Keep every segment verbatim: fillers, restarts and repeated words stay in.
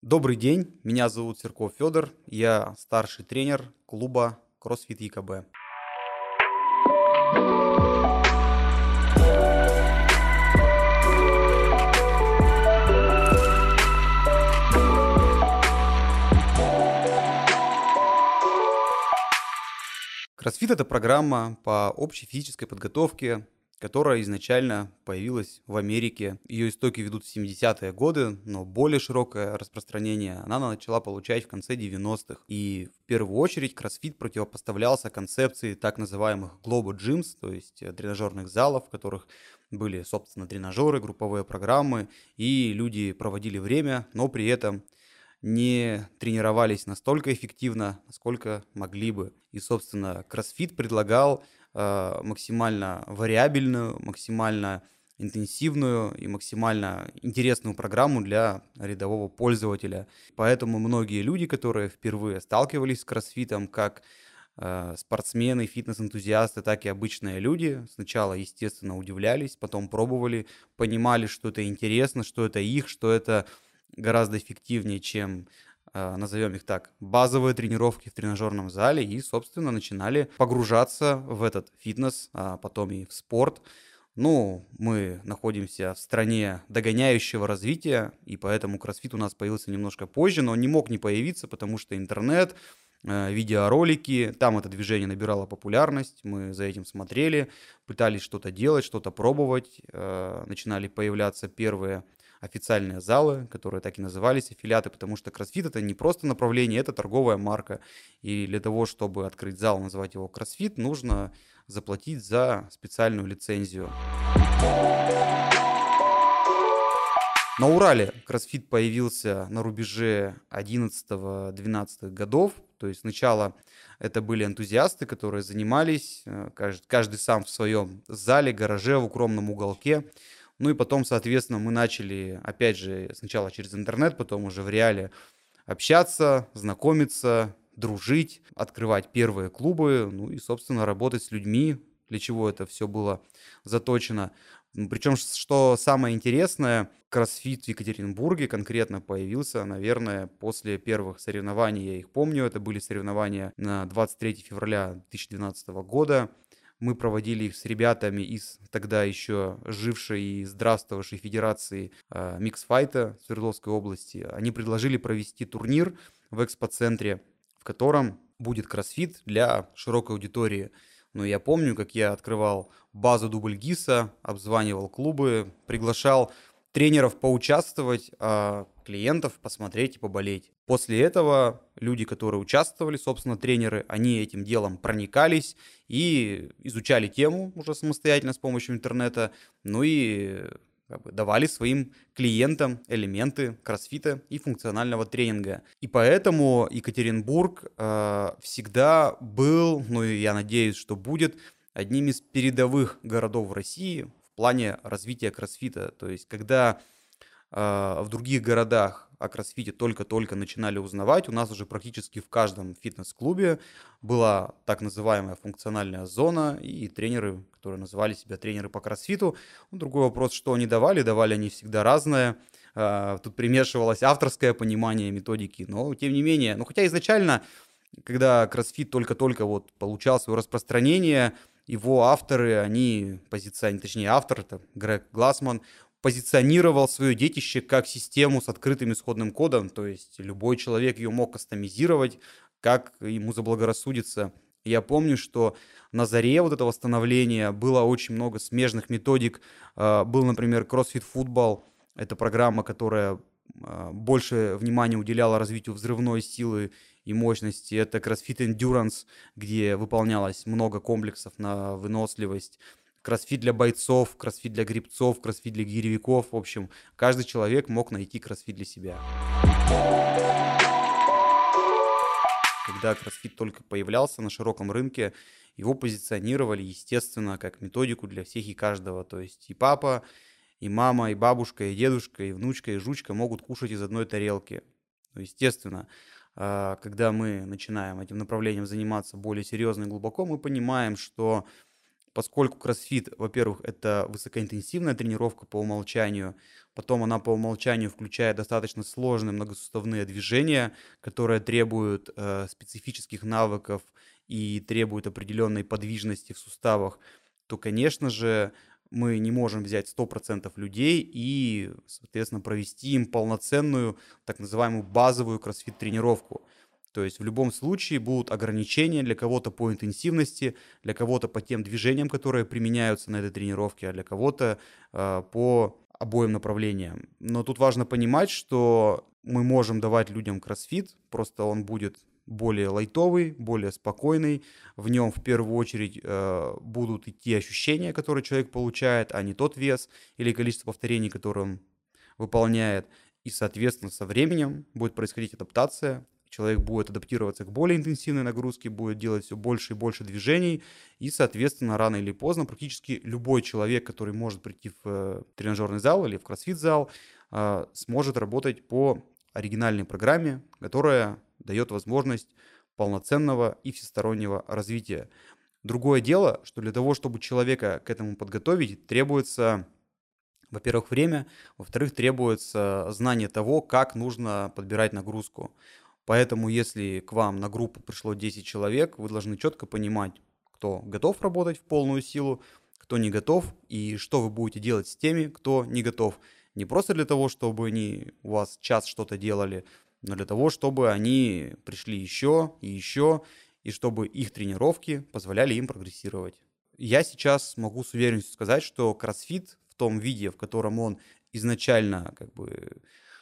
Добрый день, меня зовут Серков Федор, я старший тренер клуба CrossFit ЕКБ. CrossFit– это программа по общей физической подготовке, которая изначально появилась в Америке. Ее истоки ведут в семидесятые годы, но более широкое распространение она начала получать в конце девяностых. И в первую очередь CrossFit противопоставлялся концепции так называемых Globo Gyms, то есть э, тренажерных залов, в которых были, собственно, тренажеры, групповые программы, и люди проводили время, но при этом не тренировались настолько эффективно, насколько могли бы. И, собственно, CrossFit предлагал э, максимально вариабельную, максимально интенсивную и максимально интересную программу для рядового пользователя. Поэтому многие люди, которые впервые сталкивались с кроссфитом, как э, спортсмены, фитнес-энтузиасты, так и обычные люди, сначала, естественно, удивлялись, потом пробовали, понимали, что это интересно, что это их, что это гораздо эффективнее, чем, э, назовем их так, базовые тренировки в тренажерном зале, и, собственно, начинали погружаться в этот фитнес, а потом и в спорт. Ну, мы находимся в стране догоняющего развития, и поэтому кроссфит у нас появился немножко позже, но он не мог не появиться, потому что интернет, э, видеоролики, там это движение набирало популярность, мы за этим смотрели, пытались что-то делать, что-то пробовать, э, начинали появляться первые официальные залы, которые так и назывались аффилиаты, потому что CrossFit это не просто направление, это торговая марка. И для того, чтобы открыть зал, назвать его CrossFit, нужно заплатить за специальную лицензию. На Урале CrossFit появился на рубеже одиннадцатого-двенадцатых годов. То есть сначала это были энтузиасты, которые занимались, э, кажд- каждый сам в своем зале, гараже, в укромном уголке. Ну и потом, соответственно, мы начали, опять же, сначала через интернет, потом уже в реале общаться, знакомиться, дружить, открывать первые клубы, ну и, собственно, работать с людьми, для чего это все было заточено. М, Причем, ш- что самое интересное, кроссфит в Екатеринбурге конкретно появился, наверное, после первых соревнований, я их помню, это были соревнования на двадцать третьего февраля две тысячи двенадцатого года. Мы проводили их с ребятами из тогда еще жившей и здравствовавшей федерации э, миксфайта Свердловской области. Они предложили провести турнир в экспоцентре, в котором будет кроссфит для широкой аудитории. Но я помню, как я открывал базу Дубль ГИСа, обзванивал клубы, приглашал тренеров поучаствовать, а клиентов посмотреть и поболеть. После этого люди, которые участвовали, собственно, тренеры, они этим делом проникались и изучали тему уже самостоятельно с помощью интернета, ну и как бы давали своим клиентам элементы кроссфита и функционального тренинга. И поэтому Екатеринбург э, всегда был, ну и я надеюсь, что будет одним из передовых городов в России в плане развития кроссфита. То есть, когда а, в других городах о кроссфите только-только начинали узнавать, у нас уже практически в каждом фитнес-клубе была так называемая функциональная зона и тренеры, которые называли себя тренеры по кроссфиту. Ну, другой вопрос, что они давали, давали они всегда разное. А, Тут примешивалось авторское понимание методики, но тем не менее, ну хотя изначально, когда кроссфит только-только вот получал свое распространение, его авторы, они позиционировали, точнее автор, это Грег Глассман, позиционировал свое детище как систему с открытым исходным кодом, то есть любой человек ее мог кастомизировать, как ему заблагорассудится. Я помню, что на заре вот этого становления было очень много смежных методик. А, Был, например, CrossFit Football. Это программа, которая а, больше внимания уделяла развитию взрывной силы и мощности. Это CrossFit Endurance, где выполнялось много комплексов на выносливость. Кроссфит для бойцов, кроссфит для гребцов, кроссфит для гиревиков. В общем, каждый человек мог найти кроссфит для себя. Когда кроссфит только появлялся на широком рынке, его позиционировали, естественно, как методику для всех и каждого. То есть и папа, и мама, и бабушка, и дедушка, и внучка, и жучка могут кушать из одной тарелки. Ну, естественно, а, когда мы начинаем этим направлением заниматься более серьезно и глубоко, мы понимаем, что Поскольку кроссфит, во-первых, это высокоинтенсивная тренировка по умолчанию, потом она по умолчанию включает достаточно сложные многосуставные движения, которые требуют э, специфических навыков и требуют определенной подвижности в суставах, то, конечно же, мы не можем взять сто процентов людей и, соответственно, провести им полноценную, так называемую базовую кроссфит-тренировку. То есть в любом случае будут ограничения для кого-то по интенсивности, для кого-то по тем движениям, которые применяются на этой тренировке, а для кого-то э, по обоим направлениям. Но тут важно понимать, что мы можем давать людям кроссфит, просто он будет более лайтовый, более спокойный. В нем в первую очередь э, будут идти ощущения, которые человек получает, а не тот вес или количество повторений, которые он выполняет. И, соответственно, со временем будет происходить адаптация. Человек будет адаптироваться к более интенсивной нагрузке, будет делать все больше и больше движений. И, соответственно, рано или поздно практически любой человек, который может прийти в э, тренажерный зал или в кроссфит-зал, э, сможет работать по оригинальной программе, которая дает возможность полноценного и всестороннего развития. Другое дело, что для того, чтобы человека к этому подготовить, требуется, во-первых, время, во-вторых, требуется знание того, как нужно подбирать нагрузку. Поэтому, если к вам на группу пришло десять человек, вы должны четко понимать, кто готов работать в полную силу, кто не готов, и что вы будете делать с теми, кто не готов. Не просто для того, чтобы они у вас час что-то делали, но для того, чтобы они пришли еще и еще, и чтобы их тренировки позволяли им прогрессировать. Я сейчас могу с уверенностью сказать, что кроссфит в том виде, в котором он изначально как бы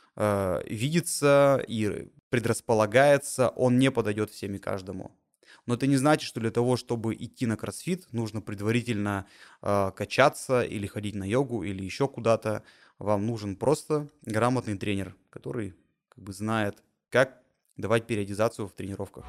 э, видится и предрасполагается, он не подойдет всем и каждому. Но это не значит, что для того, чтобы идти на кроссфит, нужно предварительно э, качаться или ходить на йогу или еще куда-то. Вам нужен просто грамотный тренер, который как бы знает, как давать периодизацию в тренировках.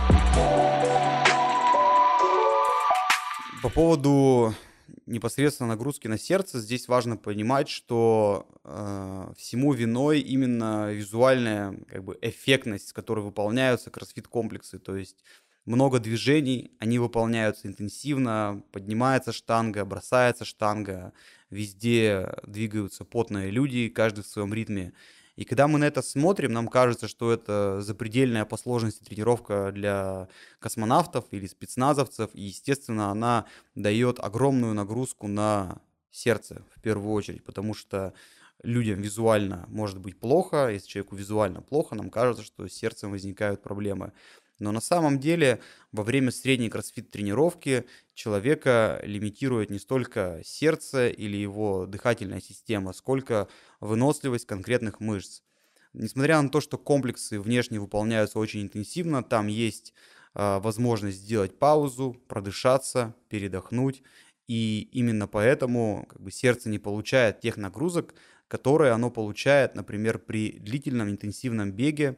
По поводу непосредственно нагрузки на сердце, здесь важно понимать, что э, всему виной именно визуальная как бы эффектность, с которой выполняются кроссфит-комплексы. То есть много движений, они выполняются интенсивно, поднимается штанга, бросается штанга, везде двигаются потные люди, каждый в своем ритме. И когда мы на это смотрим, нам кажется, что это запредельная по сложности тренировка для космонавтов или спецназовцев. И, естественно, она дает огромную нагрузку на сердце в первую очередь, потому что людям визуально может быть плохо. Если человеку визуально плохо, нам кажется, что с сердцем возникают проблемы. Но на самом деле во время средней кроссфит-тренировки человека лимитирует не столько сердце или его дыхательная система, сколько выносливость конкретных мышц. Несмотря на то, что комплексы внешне выполняются очень интенсивно, там есть э, возможность сделать паузу, продышаться, передохнуть. И именно поэтому как бы, сердце не получает тех нагрузок, которые оно получает, например, при длительном интенсивном беге,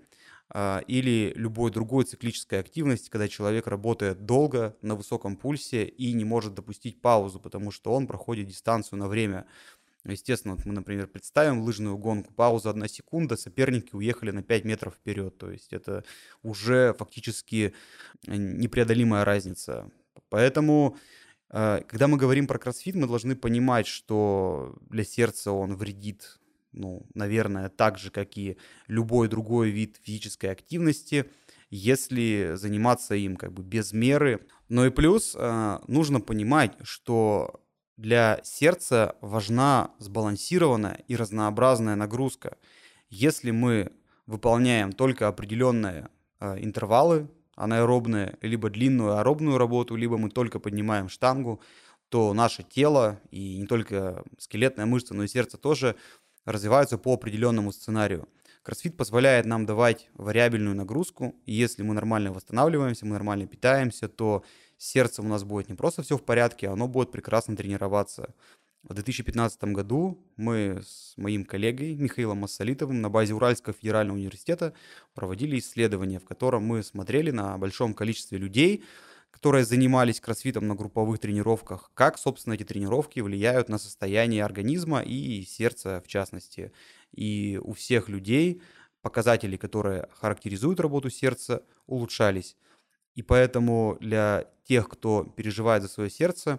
или любой другой циклической активности, когда человек работает долго на высоком пульсе и не может допустить паузу, потому что он проходит дистанцию на время. Естественно, вот мы, например, представим лыжную гонку, пауза одна секунда, соперники уехали на пять метров вперед, то есть это уже фактически непреодолимая разница. Поэтому, когда мы говорим про кроссфит, мы должны понимать, что для сердца он вредит, ну, наверное, так же, как и любой другой вид физической активности, если заниматься им как бы без меры. Но и плюс э, нужно понимать, что для сердца важна сбалансированная и разнообразная нагрузка. Если мы выполняем только определенные э, интервалы анаэробные, либо длинную аэробную работу, либо мы только поднимаем штангу, то наше тело, и не только скелетная мышца, но и сердце тоже, развиваются по определенному сценарию. Кроссфит позволяет нам давать вариабельную нагрузку, и если мы нормально восстанавливаемся, мы нормально питаемся, то с сердцем у нас будет не просто все в порядке, оно будет прекрасно тренироваться. В две тысячи пятнадцатом году мы с моим коллегой Михаилом Массолитовым на базе Уральского федерального университета проводили исследование, в котором мы смотрели на большом количестве людей, которые занимались кроссфитом на групповых тренировках, как, собственно, эти тренировки влияют на состояние организма и сердца в частности. И у всех людей показатели, которые характеризуют работу сердца, улучшались. И поэтому для тех, кто переживает за свое сердце,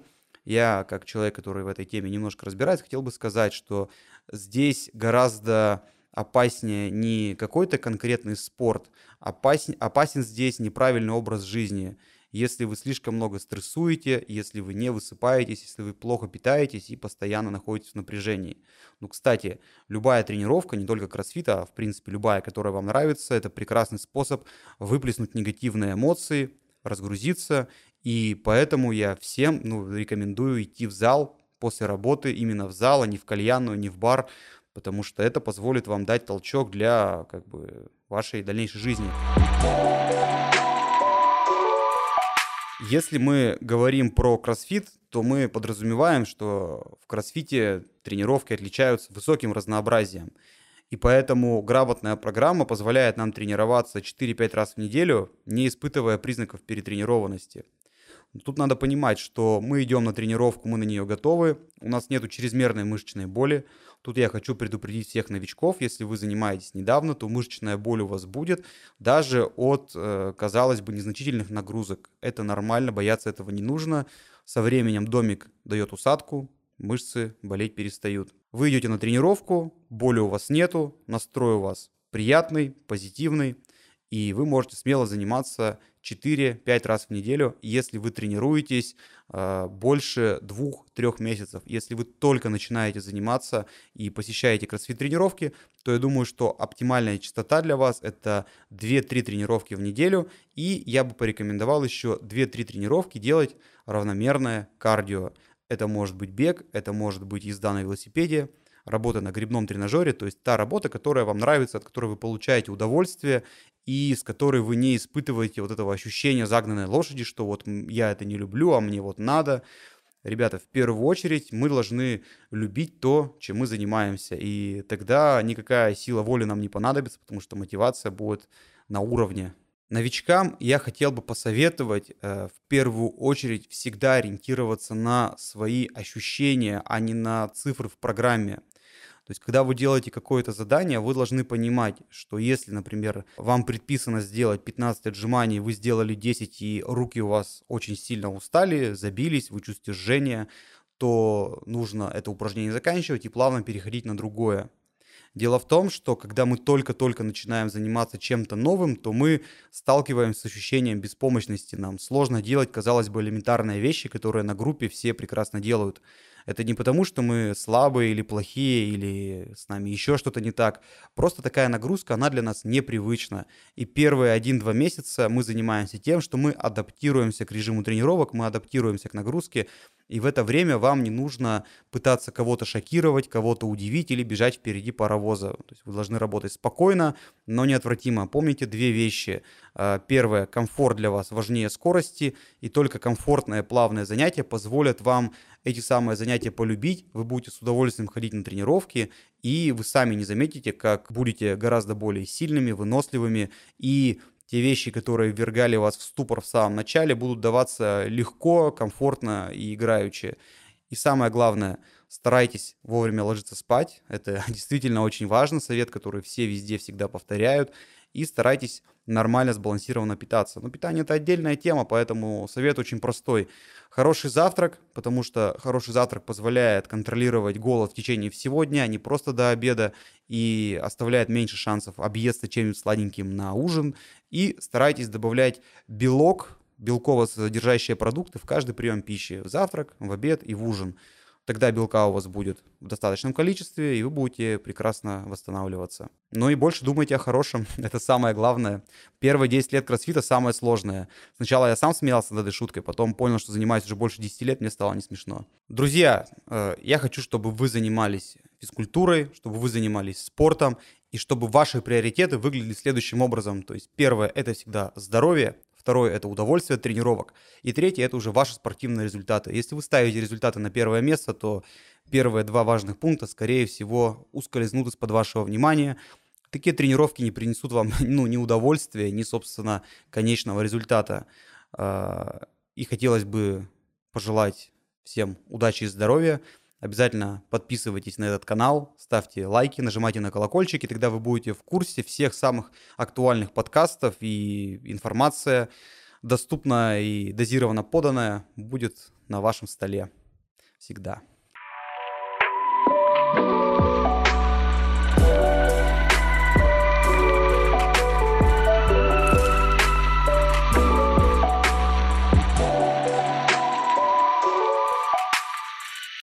я, как человек, который в этой теме немножко разбирается, хотел бы сказать, что здесь гораздо опаснее не какой-то конкретный спорт, опасен, опасен здесь неправильный образ жизни. Если вы слишком много стрессуете, если вы не высыпаетесь, если вы плохо питаетесь и постоянно находитесь в напряжении. Ну, кстати, любая тренировка, не только кроссфита, а в принципе любая, которая вам нравится, это прекрасный способ выплеснуть негативные эмоции, разгрузиться. И поэтому я всем ну, рекомендую идти в зал после работы, именно в зал, а не в кальянную, не в бар, потому что это позволит вам дать толчок для как бы, вашей дальнейшей жизни. Если мы говорим про кроссфит, то мы подразумеваем, что в кроссфите тренировки отличаются высоким разнообразием. И поэтому грамотная программа позволяет нам тренироваться четыре-пять раз в неделю, не испытывая признаков перетренированности. Тут надо понимать, что мы идем на тренировку, мы на нее готовы, у нас нет чрезмерной мышечной боли. Тут я хочу предупредить всех новичков, если вы занимаетесь недавно, то мышечная боль у вас будет даже от, казалось бы, незначительных нагрузок. Это нормально, бояться этого не нужно. Со временем домик дает усадку, мышцы болеть перестают. Вы идете на тренировку, боли у вас нету, настрой у вас приятный, позитивный, и вы можете смело заниматься четыре-пять раз в неделю, если вы тренируетесь э, больше двух-трех месяцев. Если вы только начинаете заниматься и посещаете кроссфит-тренировки, то я думаю, что оптимальная частота для вас это две-три тренировки в неделю, и я бы порекомендовал еще две-три тренировки делать равномерное кардио. Это может быть бег, это может быть езда на велосипеде, работа на гребном тренажере, то есть та работа, которая вам нравится, от которой вы получаете удовольствие и с которой вы не испытываете вот этого ощущения загнанной лошади, что вот я это не люблю, а мне вот надо. Ребята, в первую очередь мы должны любить то, чем мы занимаемся, и тогда никакая сила воли нам не понадобится, потому что мотивация будет на уровне. Новичкам я хотел бы посоветовать э, в первую очередь всегда ориентироваться на свои ощущения, а не на цифры в программе. То есть, когда вы делаете какое-то задание, вы должны понимать, что если, например, вам предписано сделать пятнадцать отжиманий, вы сделали десять, и руки у вас очень сильно устали, забились, вы чувствуете жжение, то нужно это упражнение заканчивать и плавно переходить на другое. Дело в том, что когда мы только-только начинаем заниматься чем-то новым, то мы сталкиваемся с ощущением беспомощности. Нам сложно делать, казалось бы, элементарные вещи, которые на группе все прекрасно делают. Это не потому, что мы слабые или плохие, или с нами еще что-то не так. Просто такая нагрузка, она для нас непривычна. И первые один-два месяца мы занимаемся тем, что мы адаптируемся к режиму тренировок, мы адаптируемся к нагрузке. И в это время вам не нужно пытаться кого-то шокировать, кого-то удивить или бежать впереди паровоза. То есть вы должны работать спокойно, но неотвратимо. Помните две вещи. Первое, комфорт для вас важнее скорости, и только комфортное плавное занятие позволят вам эти самые занятия полюбить. Вы будете с удовольствием ходить на тренировки, и вы сами не заметите, как будете гораздо более сильными, выносливыми, и те вещи, которые ввергали вас в ступор в самом начале, будут даваться легко, комфортно и играючи. И самое главное, старайтесь вовремя ложиться спать. Это действительно очень важно, совет, который все везде всегда повторяют. И старайтесь нормально, сбалансированно питаться. Но питание – это отдельная тема, поэтому совет очень простой. Хороший завтрак, потому что хороший завтрак позволяет контролировать голод в течение всего дня, не просто до обеда, и оставляет меньше шансов объесться чем-нибудь сладеньким на ужин. И старайтесь добавлять белок, белково-содержащие продукты в каждый прием пищи. В завтрак, в обед и в ужин. Тогда белка у вас будет в достаточном количестве, и вы будете прекрасно восстанавливаться. Ну и больше думайте о хорошем, это самое главное. Первые десять лет кроссфита самое сложное. Сначала я сам смеялся над этой шуткой, потом понял, что занимаюсь уже больше десяти лет, мне стало не смешно. Друзья, я хочу, чтобы вы занимались физкультурой, чтобы вы занимались спортом, и чтобы ваши приоритеты выглядели следующим образом. То есть первое – это всегда здоровье. Второе – это удовольствие от тренировок. И третье – это уже ваши спортивные результаты. Если вы ставите результаты на первое место, то первые два важных пункта, скорее всего, ускользнут из-под вашего внимания. Такие тренировки не принесут вам ну, ни удовольствия, ни, собственно, конечного результата. И хотелось бы пожелать всем удачи и здоровья. Обязательно подписывайтесь на этот канал, ставьте лайки, нажимайте на колокольчик, и тогда вы будете в курсе всех самых актуальных подкастов, и информация доступна и дозированно поданная будет на вашем столе. Всегда.